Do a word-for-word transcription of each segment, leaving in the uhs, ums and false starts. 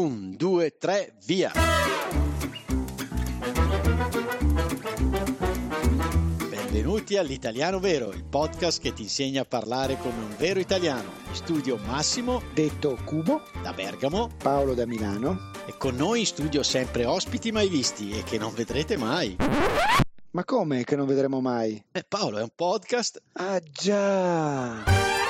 Un, due, tre, via! Benvenuti all'Italiano Vero, il podcast che ti insegna a parlare come un vero italiano. In studio Massimo, detto Cubo, da Bergamo, Paolo da Milano. E con noi in studio sempre ospiti mai visti e che non vedrete mai. Ma come che non vedremo mai? Eh, Paolo, è un podcast. Ah già!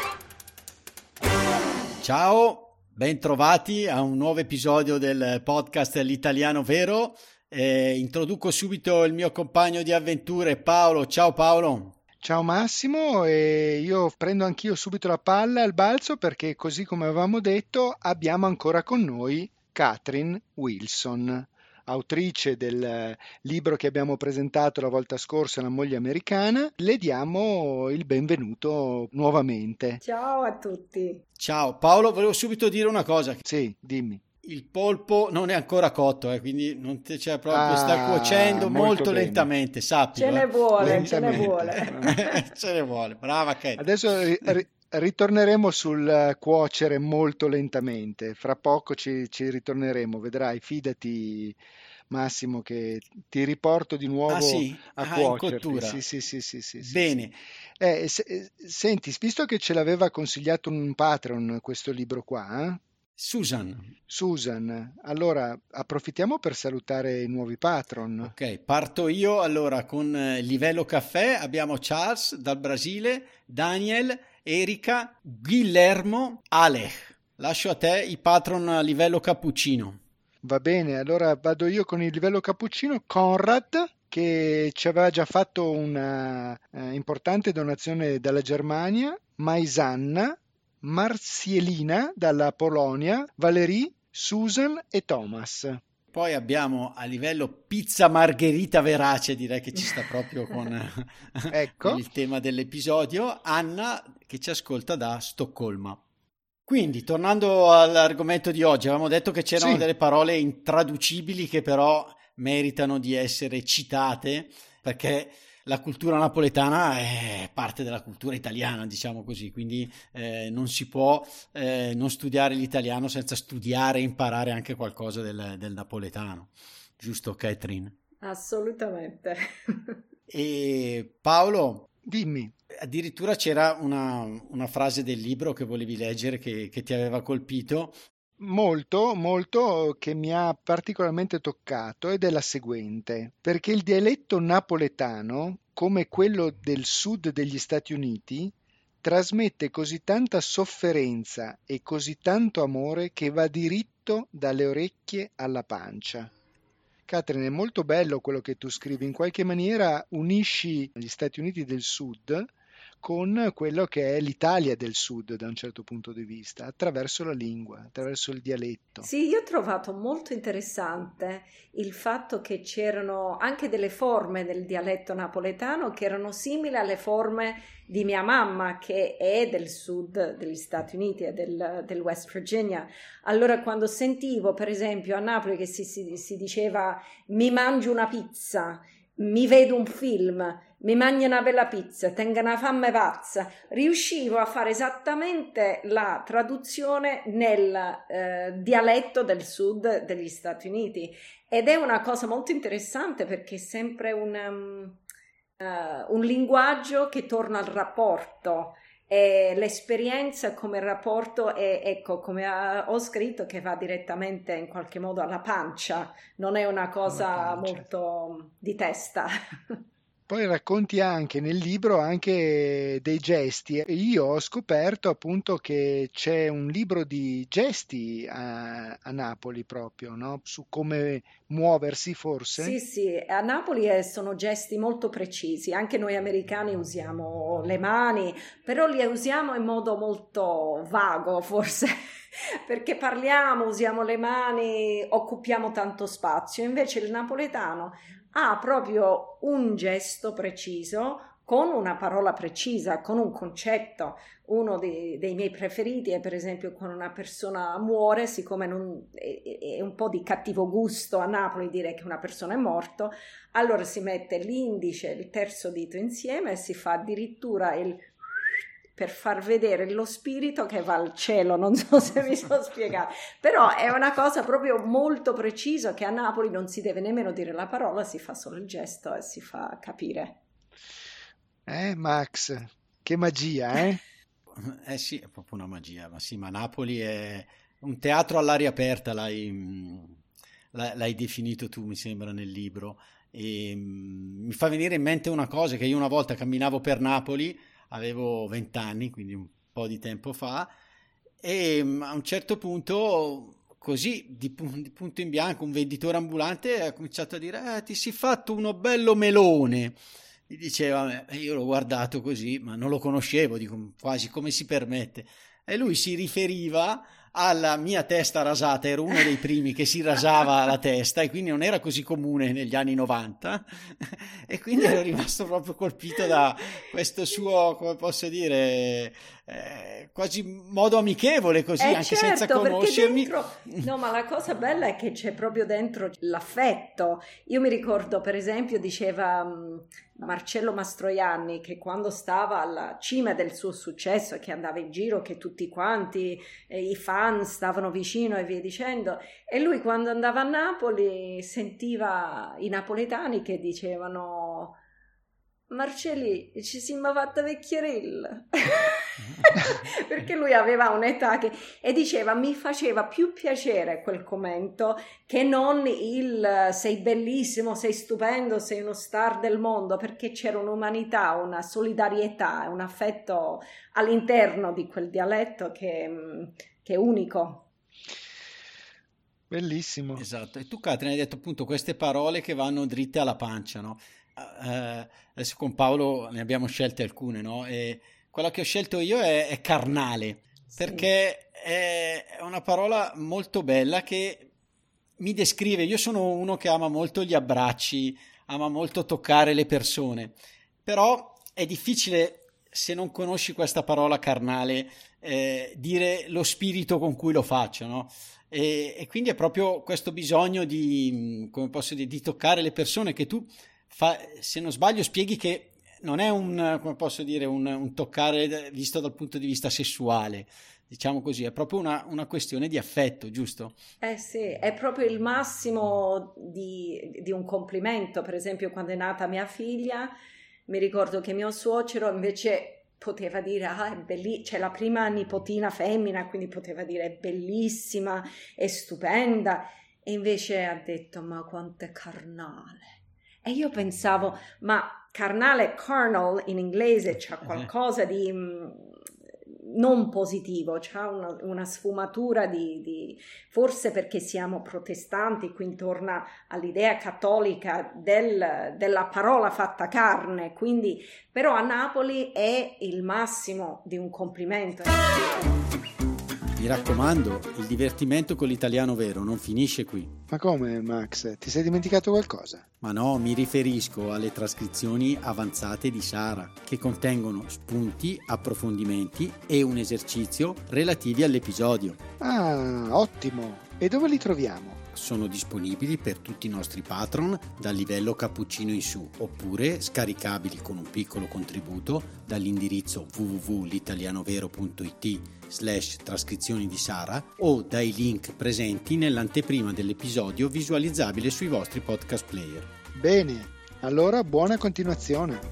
Ciao! Bentrovati a un nuovo episodio del podcast L'Italiano Vero. Eh, introduco subito il mio compagno di avventure Paolo. Ciao Paolo. Ciao Massimo, e io prendo anch'io subito la palla al balzo perché, così come avevamo detto, abbiamo ancora con noi Catherine Wilson, autrice del libro che abbiamo presentato la volta scorsa, La moglie americana. Le diamo il benvenuto nuovamente. Ciao a tutti. Ciao Paolo, volevo subito dire una cosa. Sì, dimmi. Il polpo non è ancora cotto, eh, quindi non te, cioè, proprio Ah, sta cuocendo molto, molto bene. lentamente, sappi. Ce ne vuole, Lentamente. ce ne vuole. Ce ne vuole, brava Cat. Adesso ri- ri- ritorneremo sul eh, cuocere molto lentamente. Fra poco ci, ci ritorneremo, vedrai, fidati Massimo che ti riporto di nuovo Ah sì? a Ah, in cuocerti. cottura. Sì, sì, sì, sì, sì, sì, Bene. sì. Eh, se- eh, senti, visto che ce l'aveva consigliato un Patreon questo libro qua, eh? Susan. Susan, allora approfittiamo per salutare i nuovi patron. Ok, parto io allora con eh, livello caffè. Abbiamo Charles dal Brasile, Daniel, Erika, Guillermo, Alec. Lascio a te i patron a livello cappuccino. Va bene, allora vado io con il livello cappuccino. Conrad, che ci aveva già fatto una eh, importante donazione dalla Germania, Maisanna, Marzielina dalla Polonia, Valerie, Susan e Thomas. Poi abbiamo a livello pizza margherita verace, direi che ci sta proprio con, Ecco. con il tema dell'episodio, Anna che ci ascolta da Stoccolma. Quindi, tornando all'argomento di oggi, avevamo detto che c'erano Sì. delle parole intraducibili che però meritano di essere citate, perché la cultura napoletana è parte della cultura italiana, diciamo così, quindi eh, non si può eh, non studiare l'italiano senza studiare e imparare anche qualcosa del, del napoletano. Giusto, Catherine? Assolutamente. E Paolo, Dimmi. addirittura c'era una, una frase del libro che volevi leggere che, che ti aveva colpito. Molto, molto, che mi ha particolarmente toccato ed è la seguente, perché il dialetto napoletano, come quello del sud degli Stati Uniti, trasmette così tanta sofferenza e così tanto amore che va diritto dalle orecchie alla pancia. Catherine, è molto bello quello che tu scrivi, in qualche maniera unisci gli Stati Uniti del Sud con quello che è l'Italia del Sud da un certo punto di vista, attraverso la lingua, attraverso il dialetto. Sì, io ho trovato molto interessante il fatto che c'erano anche delle forme del dialetto napoletano che erano simili alle forme di mia mamma, che è del sud degli Stati Uniti e del, del West Virginia. Allora, quando sentivo, per esempio, a Napoli che si, si, si diceva mi mangio una pizza, mi vedo un film, mi mangio una bella pizza, tengo una fame pazza, riuscivo a fare esattamente la traduzione nel eh, dialetto del sud degli Stati Uniti, ed è una cosa molto interessante perché è sempre un, um, uh, un linguaggio che torna al rapporto. E l'esperienza come il rapporto è, ecco, come ho scritto, che va direttamente in qualche modo alla pancia, non è una cosa molto di testa. Poi racconti anche nel libro anche dei gesti. Io ho scoperto appunto che c'è un libro di gesti a, a Napoli proprio, no? Su come muoversi forse. Sì, sì, a Napoli eh, sono gesti molto precisi, anche noi americani usiamo le mani, però le usiamo in modo molto vago forse, perché parliamo, usiamo le mani, occupiamo tanto spazio, invece il napoletano ha proprio un gesto preciso, con una parola precisa, con un concetto. Uno dei, dei miei preferiti è per esempio quando una persona muore, siccome non, è, è un po' di cattivo gusto a Napoli dire che una persona è morta, allora si mette l'indice e il terzo dito insieme e si fa addirittura il per far vedere lo spirito che va al cielo, non so se mi sono spiegata, però è una cosa proprio molto precisa, che a Napoli non si deve nemmeno dire la parola, si fa solo il gesto e si fa capire. Eh, Max, che magia, eh? Eh sì, è proprio una magia, ma sì, ma Napoli è un teatro all'aria aperta, l'hai, mh, l'hai l'hai definito tu, mi sembra, nel libro. E mh, mi fa venire in mente una cosa, che io una volta camminavo per Napoli, avevo vent'anni, quindi un po' di tempo fa, e mh, a un certo punto, così, di, pu- di punto in bianco, un venditore ambulante ha cominciato a dire, "Eh, ti si fatto uno bello melone." Mi diceva, e io l'ho guardato così, ma non lo conoscevo, dico, quasi come si permette. E lui si riferiva alla mia testa rasata, ero uno dei primi che si rasava la testa e quindi non era così comune negli anni novanta e quindi ero rimasto proprio colpito da questo suo, come posso dire, eh, quasi modo amichevole così, Eh anche certo, senza perché conoscermi. dentro, no, ma la cosa bella è che c'è proprio dentro l'affetto. Io mi ricordo, per esempio, diceva mh, Marcello Mastroianni, che quando stava alla cima del suo successo e che andava in giro, che tutti quanti, eh, i fan stavano vicino e via dicendo, e lui quando andava a Napoli sentiva i napoletani che dicevano: Marcelli, ci siamo fatta vecchierella. Perché lui aveva un'età che, e diceva, mi faceva più piacere quel commento che non il sei bellissimo, sei stupendo, sei uno star del mondo, perché c'era un'umanità, una solidarietà, un affetto all'interno di quel dialetto che, che è unico. Bellissimo. Esatto, e tu Katrin hai detto appunto queste parole che vanno dritte alla pancia, no? Eh, adesso con Paolo ne abbiamo scelte alcune, no? E quella che ho scelto io è, è carnale, Sì. perché è una parola molto bella che mi descrive. Io sono uno che ama molto gli abbracci, ama molto toccare le persone, però è difficile, se non conosci questa parola carnale, eh, dire lo spirito con cui lo faccio, no? E, e quindi è proprio questo bisogno di, come posso dire, di toccare le persone, che tu, fa, se non sbaglio, spieghi che non è un, come posso dire, un, un toccare visto dal punto di vista sessuale, diciamo così, è proprio una, una questione di affetto, giusto? Eh sì, è proprio il massimo di, di un complimento. Per esempio, quando è nata mia figlia, mi ricordo che mio suocero invece poteva dire, ah, è bellissima, c'è la prima nipotina femmina, quindi poteva dire è bellissima, è stupenda, e invece ha detto, ma quanto è carnale. E io pensavo, ma carnale, carnal in inglese, c'ha qualcosa di mh, non positivo, c'ha una, una sfumatura di, di, forse perché siamo protestanti, quindi torna all'idea cattolica del, della parola fatta carne, quindi, però a Napoli è il massimo di un complimento. Mi raccomando, il divertimento con l'italiano vero non finisce qui. Ma come, Max? Ti sei dimenticato qualcosa? Ma no, mi riferisco alle trascrizioni avanzate di Sara, che contengono spunti, approfondimenti e un esercizio relativi all'episodio. Ah, ottimo! E dove li troviamo? Sono disponibili per tutti i nostri patron dal livello cappuccino in su, oppure scaricabili con un piccolo contributo dall'indirizzo w w w punto l'italianovero punto i t slash trascrizioni di Sara o dai link presenti nell'anteprima dell'episodio visualizzabile sui vostri podcast player. Bene, allora buona continuazione.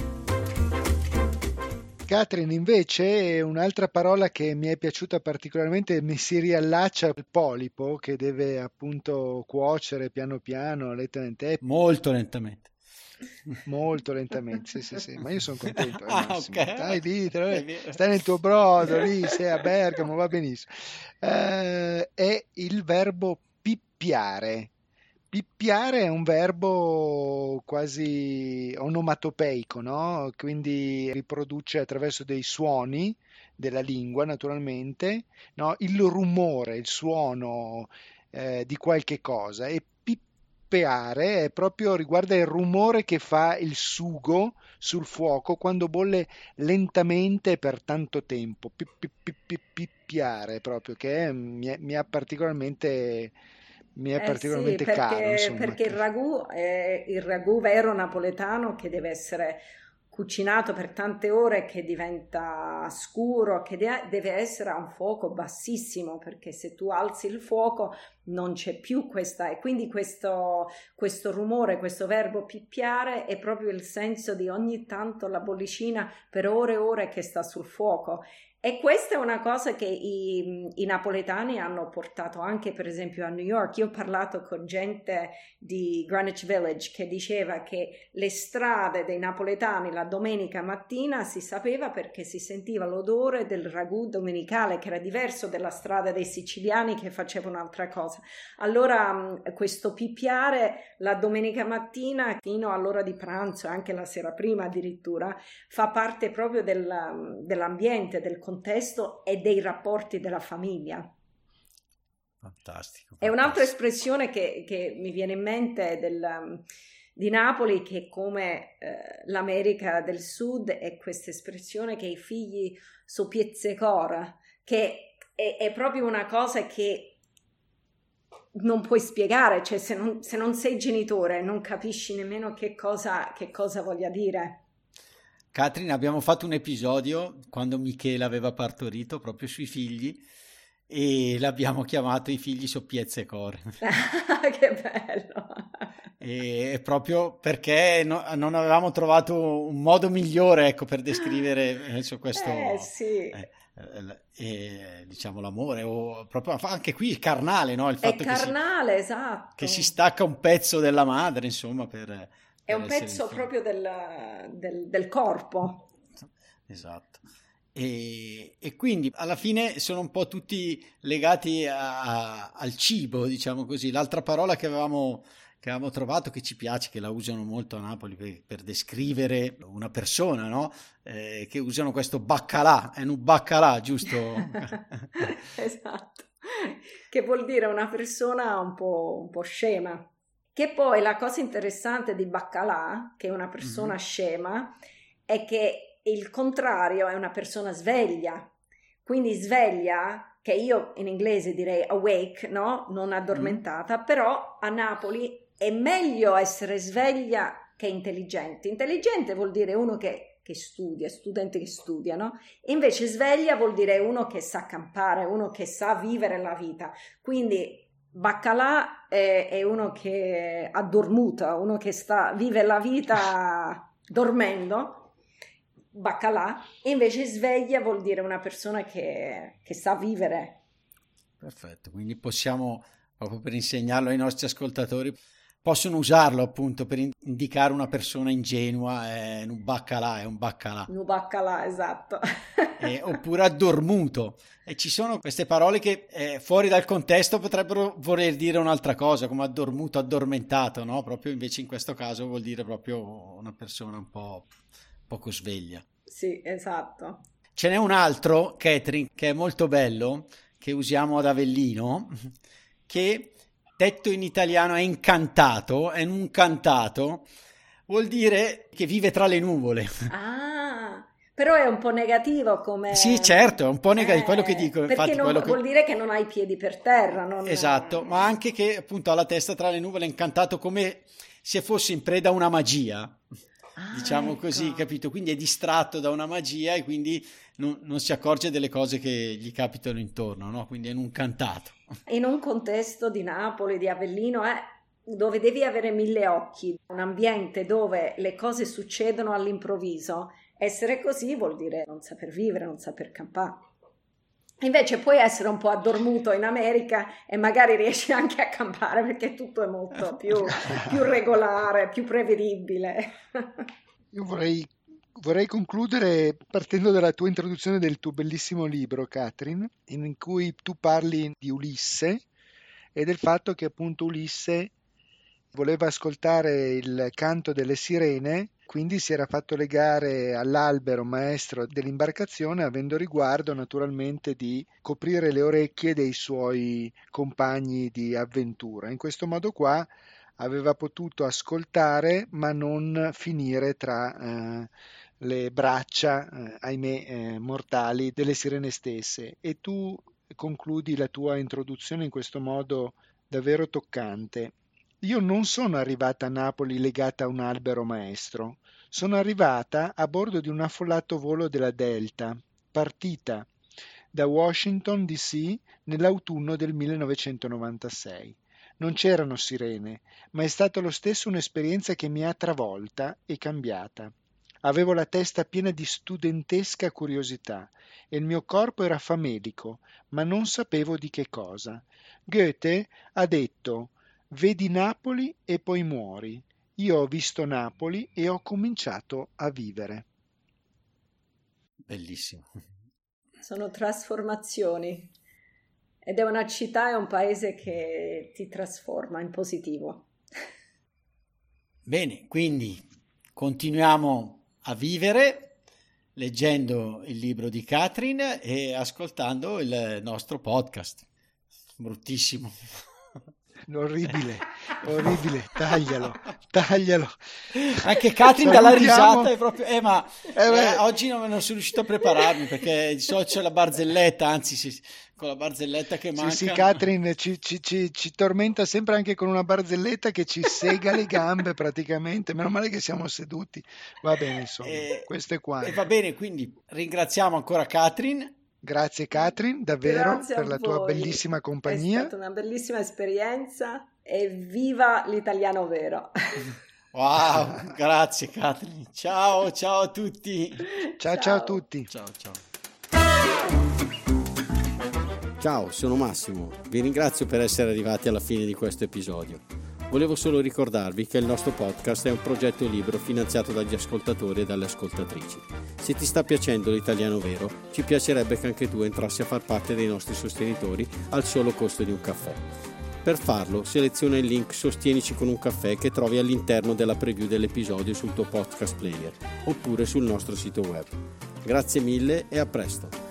Katrin, invece, un'altra parola che mi è piaciuta particolarmente, mi si riallaccia al polipo che deve appunto cuocere piano piano, lentamente. Molto lentamente. Molto lentamente, sì, sì, sì, ma io sono contento. Eh, Ah, Massimo. ok. Stai lì, stai nel tuo brodo, lì, sei a Bergamo, va benissimo. Eh, è il verbo pippiare. Pippiare è un verbo quasi onomatopeico, no? Quindi riproduce attraverso dei suoni della lingua, naturalmente, no? Il rumore, il suono eh, di qualche cosa. E pippeare è proprio, riguarda il rumore che fa il sugo sul fuoco quando bolle lentamente per tanto tempo. Pi- pi- pi- pi- Pippiare proprio, che è- mi, è- mi ha particolarmente mi è Eh sì, particolarmente caro, perché, insomma. perché il ragù è il ragù vero napoletano, che deve essere cucinato per tante ore che diventa scuro, che de- deve essere a un fuoco bassissimo, perché se tu alzi il fuoco non c'è più questa, e quindi questo, questo rumore, questo verbo pippiare è proprio il senso di ogni tanto la bollicina per ore e ore che sta sul fuoco. E questa è una cosa che i, i napoletani hanno portato anche per esempio a New York. Io ho parlato con gente di Greenwich Village che diceva che le strade dei napoletani la domenica mattina si sapeva perché si sentiva l'odore del ragù domenicale, che era diverso della strada dei siciliani che facevano un'altra cosa. Allora questo pippiare la domenica mattina fino all'ora di pranzo, anche la sera prima addirittura, fa parte proprio del, dell'ambiente, del contesto e dei rapporti della famiglia. Fantastico. È un'altra espressione che, che mi viene in mente del, di Napoli, che come eh, l'America del Sud è questa espressione che i figli so piezzecora, che è, è proprio una cosa che non puoi spiegare, cioè se non, se non sei genitore non capisci nemmeno che cosa, che cosa voglia dire. Katrin, abbiamo fatto un episodio quando Michela aveva partorito proprio sui figli e l'abbiamo chiamato I figli so piezzecor. Che bello! E proprio perché no, non avevamo trovato un modo migliore, ecco, per descrivere adesso questo eh, sì. eh, eh, diciamo l'amore, o proprio anche qui il carnale, no? Il È fatto carnale, che si, esatto. che si stacca un pezzo della madre, insomma, per, è un pezzo proprio del, del, del corpo. Esatto. E, e quindi alla fine sono un po' tutti legati a, a, al cibo, diciamo così. L'altra parola che avevamo, che avevamo trovato, che ci piace, che la usano molto a Napoli per, per descrivere una persona, no? Eh, che usano questo baccalà, è un baccalà, giusto? Esatto, che vuol dire una persona un po', un po' scema. Che poi la cosa interessante di baccalà, che è una persona mm-hmm. scema, è che il contrario è una persona sveglia. Quindi sveglia, che io in inglese direi awake, no? Non addormentata, mm. però a Napoli è meglio essere sveglia che intelligente. Intelligente vuol dire uno che, che studia, studente che studia, no? E invece sveglia vuol dire uno che sa campare, uno che sa vivere la vita. Quindi baccalà è, è uno che ha dormuto, uno che sta, vive la vita dormendo, baccalà, e invece sveglia vuol dire una persona che, che sa vivere. Perfetto, quindi possiamo, proprio per insegnarlo ai nostri ascoltatori, possono usarlo appunto per indicare una persona ingenua, è un baccalà, è un baccalà. Un baccalà, esatto. Eh, oppure addormuto. E ci sono queste parole che eh, fuori dal contesto potrebbero voler dire un'altra cosa, come addormuto, addormentato, no? Proprio invece in questo caso vuol dire proprio una persona un po' poco sveglia. Sì, esatto. Ce n'è un altro, Katrin, che è molto bello, che usiamo ad Avellino, che detto in italiano è incantato, è un cantato, vuol dire che vive tra le nuvole. Ah, però è un po' negativo come... Sì, certo, è un po' negativo, eh, quello che dico. Perché infatti, non, quello che... vuol dire che non hai i piedi per terra. Non... Esatto, ma anche che appunto ha la testa tra le nuvole, incantato come se fosse in preda a una magia. Ah, diciamo ecco. Così, capito? Quindi è distratto da una magia e quindi non, non si accorge delle cose che gli capitano intorno, no? Quindi è un cantato. In un contesto di Napoli, di Avellino, eh, dove devi avere mille occhi, un ambiente dove le cose succedono all'improvviso, essere così vuol dire non saper vivere, non saper campare. Invece puoi essere un po' addormuto in America e magari riesci anche a campare perché tutto è molto più, più regolare, più prevedibile. Io vorrei, vorrei concludere partendo dalla tua introduzione del tuo bellissimo libro, Katrin, in cui tu parli di Ulisse e del fatto che appunto Ulisse voleva ascoltare il canto delle sirene, quindi si era fatto legare all'albero maestro dell'imbarcazione, avendo riguardo naturalmente di coprire le orecchie dei suoi compagni di avventura. In questo modo qua aveva potuto ascoltare ma non finire tra eh, le braccia, eh, ahimè, eh, mortali delle sirene stesse. E tu concludi la tua introduzione in questo modo davvero toccante. Io non sono arrivata a Napoli legata a un albero maestro, Sono arrivata a bordo di un affollato volo della Delta, partita da Washington D C nell'autunno del millenovecentonovantasei. Non c'erano sirene, ma è stata lo stesso un'esperienza che mi ha travolta e cambiata. Avevo la testa piena di studentesca curiosità e il mio corpo era famelico, ma non sapevo di che cosa. Goethe ha detto: vedi Napoli e poi muori. Io ho visto Napoli e ho cominciato a vivere. Bellissimo. Sono trasformazioni ed è una città e un paese che ti trasforma in positivo. Bene, quindi continuiamo a vivere leggendo il libro di Katrin e ascoltando il nostro podcast. Bruttissimo. Orribile, orribile, taglialo, taglialo. Anche Katrin dalla risata è proprio, eh, ma eh, eh, oggi non, non sono riuscito a prepararmi perché di solito c'è la barzelletta, anzi sì, con la barzelletta che manca. Sì, sì, Katrin ci, ci, ci, ci tormenta sempre anche con una barzelletta che ci sega le gambe praticamente, meno male che siamo seduti. Va bene, insomma, eh, questo è qua. E va bene, quindi ringraziamo ancora Katrin. Grazie Katrin, davvero, Grazie per la voi. tua bellissima compagnia. È stata una bellissima esperienza e viva l'italiano vero. Wow, grazie Katrin. Ciao, ciao a tutti. Ciao, ciao, ciao a tutti. Ciao, ciao. Ciao, sono Massimo. Vi ringrazio per essere arrivati alla fine di questo episodio. Volevo solo ricordarvi che il nostro podcast è un progetto libero finanziato dagli ascoltatori e dalle ascoltatrici. Se ti sta piacendo l'italiano vero, ci piacerebbe che anche tu entrassi a far parte dei nostri sostenitori al solo costo di un caffè. Per farlo, seleziona il link Sostienici con un caffè che trovi all'interno della preview dell'episodio sul tuo podcast player oppure sul nostro sito web. Grazie mille e a presto!